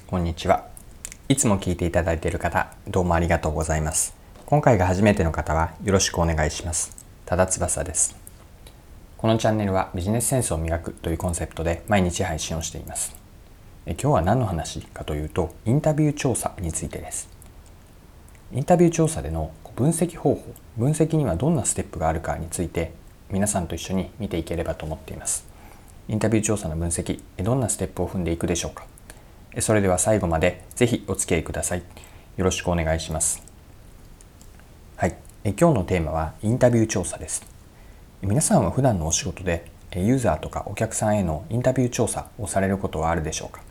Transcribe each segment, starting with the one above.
こんにちは。いつも聞いていただいている方、どうもありがとうございます。今回が初めての方はよろしくお願いします。多田翼です。このチャンネルはビジネスセンスを磨くというコンセプトで毎日配信をしています。今日は何の話かというと、インタビュー調査についてです。インタビュー調査での分析方法、分析にはどんなステップがあるかについて皆さんと一緒に見ていければと思っています。インタビュー調査の分析、どんなステップを踏んでいくでしょうか。それでは最後までぜひお付き合いください。よろしくお願いします。はい、今日のテーマはインタビュー調査です。皆さんは普段のお仕事でユーザーとかお客さんへのインタビュー調査をされることはあるでしょうか。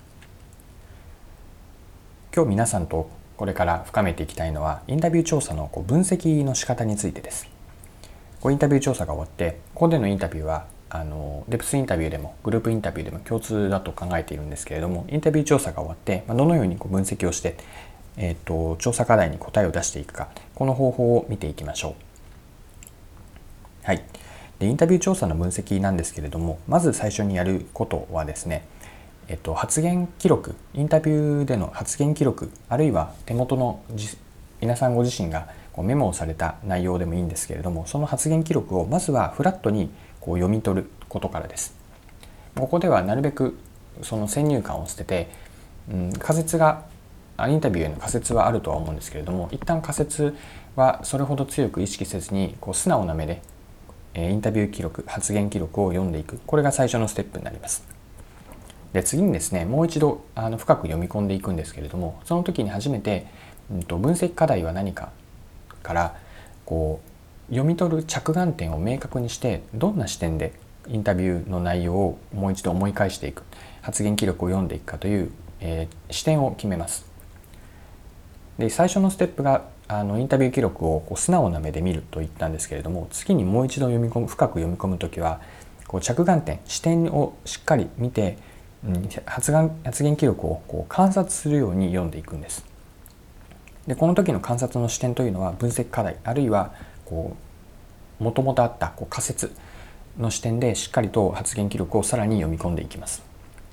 今日皆さんとこれから深めていきたいのはインタビュー調査の分析の仕方についてです。インタビュー調査が終わってここでのインタビューはデプスインタビューでもグループインタビューでも共通だと考えているんですけれども、インタビュー調査が終わってどのように分析をして、調査課題に答えを出していくか、この方法を見ていきましょう。はい。で、インタビュー調査の分析なんですけれども、まず最初にやることはですね、発言記録、インタビューでの発言記録、あるいは手元の皆さんご自身がメモをされた内容でもいいんですけれども、その発言記録をまずはフラットに読み取ることからです。ここではなるべくその先入観を捨てて、仮説がインタビューへの仮説はあるとは思うんですけれども、一旦仮説はそれほど強く意識せずに素直な目でインタビュー記録、発言記録を読んでいく、これが最初のステップになります。で、次にですね、もう一度深く読み込んでいくんですけれども、その時に初めて、分析課題は何かから読み取る着眼点を明確にして、どんな視点でインタビューの内容をもう一度思い返していく、発言記録を読んでいくかという、視点を決めます。で、最初のステップがインタビュー記録を素直な目で見ると言ったんですけれども、次にもう一度深く読み込むときは着眼点、視点をしっかり見て、発言記録を観察するように読んでいくんです。で、この時の観察の視点というのは分析課題、あるいはもともとあった仮説の視点でしっかりと発言記録をさらに読み込んでいきます。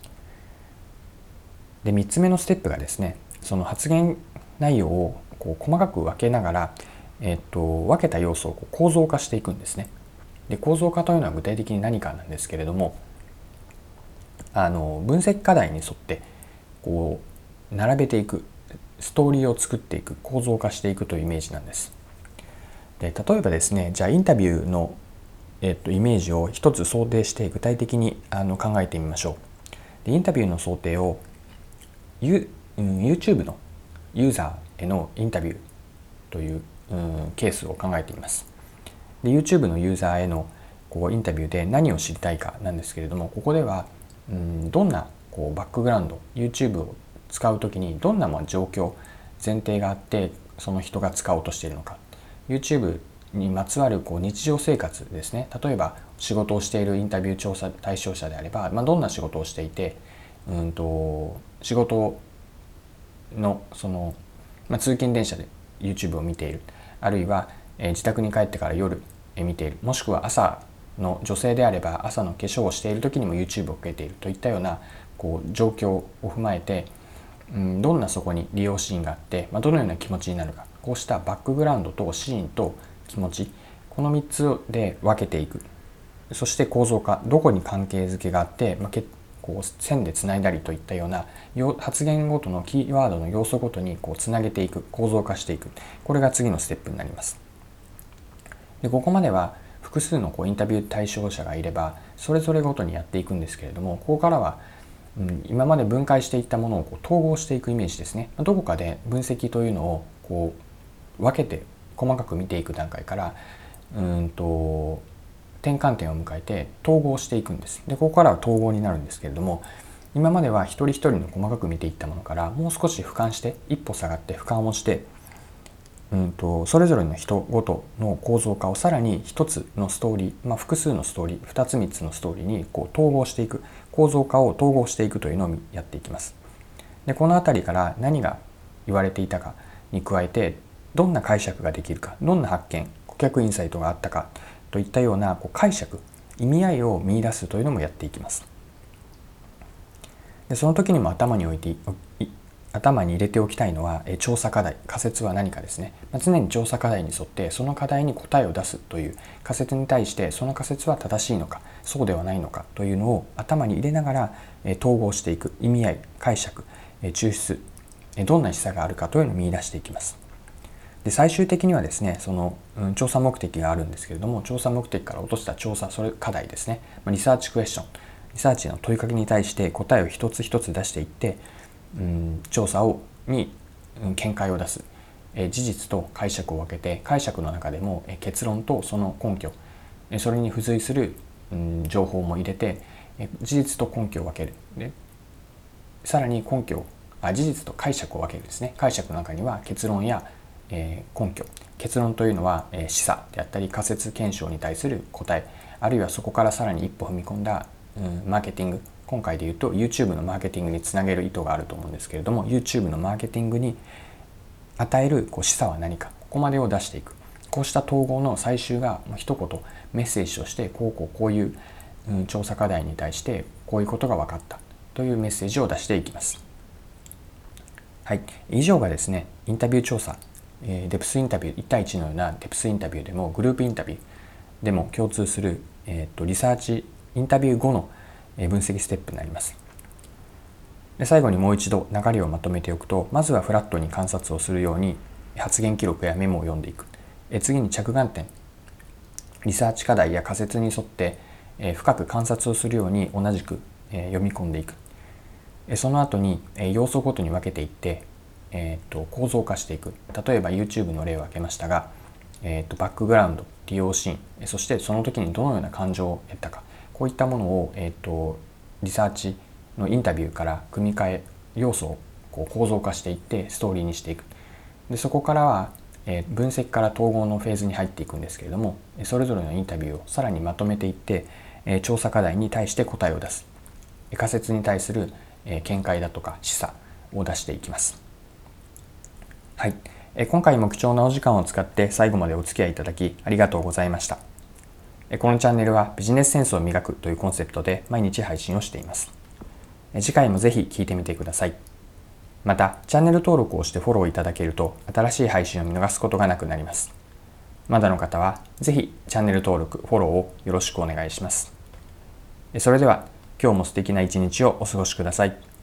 で、3つ目のステップがですね、その発言内容を細かく分けながら、分けた要素を構造化していくんですね。で、構造化というのは具体的に何かなんですけれども、分析課題に沿って並べていく、ストーリーを作っていく、構造化していくというイメージなんです。で、例えばですね、じゃあインタビューの、イメージを一つ想定して具体的に考えてみましょう。で、インタビューの想定をYouTube のユーザーへのインタビューという、ケースを考えてみます。で、 YouTube のユーザーへのインタビューで何を知りたいかなんですけれども、ここではどんなバックグラウンド、 YouTube を使うときにどんな状況、前提があってその人が使おうとしているのか、 YouTube にまつわる日常生活ですね。例えば仕事をしているインタビュー調査対象者であれば、どんな仕事をしていて、仕事の通勤電車で YouTube を見ている、あるいは自宅に帰ってから夜見ている、もしくは朝の女性であれば朝の化粧をしている時にも YouTube をかけているといったような状況を踏まえて、どんなそこに利用シーンがあって、どのような気持ちになるか、こうしたバックグラウンドとシーンと気持ち、この3つで分けていく。そして構造化、どこに関係づけがあって、線でつないだりといったような発言ごとのキーワードの要素ごとにつなげていく、構造化していく、これが次のステップになります。で、ここまでは複数のインタビュー対象者がいればそれぞれごとにやっていくんですけれども、ここからは今まで分解していったものを統合していくイメージですね。どこかで分析というのを分けて細かく見ていく段階から転換点を迎えて統合していくんです。で、ここからは統合になるんですけれども、今までは一人一人の細かく見ていったものからもう少し俯瞰して、一歩下がって俯瞰をして、それぞれの人ごとの構造化をさらに一つのストーリー、複数のストーリー、2つ3つのストーリーに統合していく、構造化を統合していくというのをやっていきます。で、このあたりから何が言われていたかに加えて、どんな解釈ができるか、どんな発見、顧客インサイトがあったかといったような解釈、意味合いを見出すというのもやっていきます。で、その時にも頭に置いて頭に入れておきたいのは調査課題、仮説は何かですね。常に調査課題に沿ってその課題に答えを出すという、仮説に対してその仮説は正しいのかそうではないのかというのを頭に入れながら統合していく、意味合い、解釈、抽出、どんな示唆があるかというのを見出していきます。で最終的にはですね、その、調査目的があるんですけれども、調査目的から落とした調査課題ですね、リサーチクエスチョン、リサーチの問いかけに対して答えを一つ一つ出していって、調査に見解を出す、事実と解釈を分けて、解釈の中でも結論とその根拠、それに付随する情報も入れて、事実と根拠を分ける。でさらに事実と解釈を分けるですね。解釈の中には結論や根拠、結論というのは示唆であったり仮説検証に対する答え、あるいはそこからさらに一歩踏み込んだマーケティング、今回で言うと YouTube のマーケティングにつなげる意図があると思うんですけれども、 YouTube のマーケティングに与える示唆は何か、ここまでを出していく。こうした統合の最終が一言メッセージとして、こういう調査課題に対してこういうことが分かったというメッセージを出していきます。はい、以上がですね、インタビュー調査、デプスインタビュー、1対1のようなデプスインタビューでもグループインタビューでも共通する、リサーチインタビュー後の分析ステップになります。で最後にもう一度流れをまとめておくと、まずはフラットに観察をするように発言記録やメモを読んでいく。次に着眼点、リサーチ課題や仮説に沿って深く観察をするように同じく読み込んでいく。その後に要素ごとに分けていって構造化していく。例えば YouTube の例を挙げましたが、バックグラウンド、利用シーン、そしてその時にどのような感情を得たか、こういったものをリサーチのインタビューから組み替え、要素を構造化していってストーリーにしていく。でそこからは分析から統合のフェーズに入っていくんですけれども、それぞれのインタビューをさらにまとめていって調査課題に対して答えを出す、仮説に対する見解だとか示唆を出していきます。はい、今回も貴重なお時間を使って最後までお付き合いいただきありがとうございました。このチャンネルはビジネスセンスを磨くというコンセプトで毎日配信をしています。次回もぜひ聞いてみてください。またチャンネル登録をしてフォローいただけると新しい配信を見逃すことがなくなります。まだの方はぜひチャンネル登録フォローをよろしくお願いします。それでは今日も素敵な一日をお過ごしください。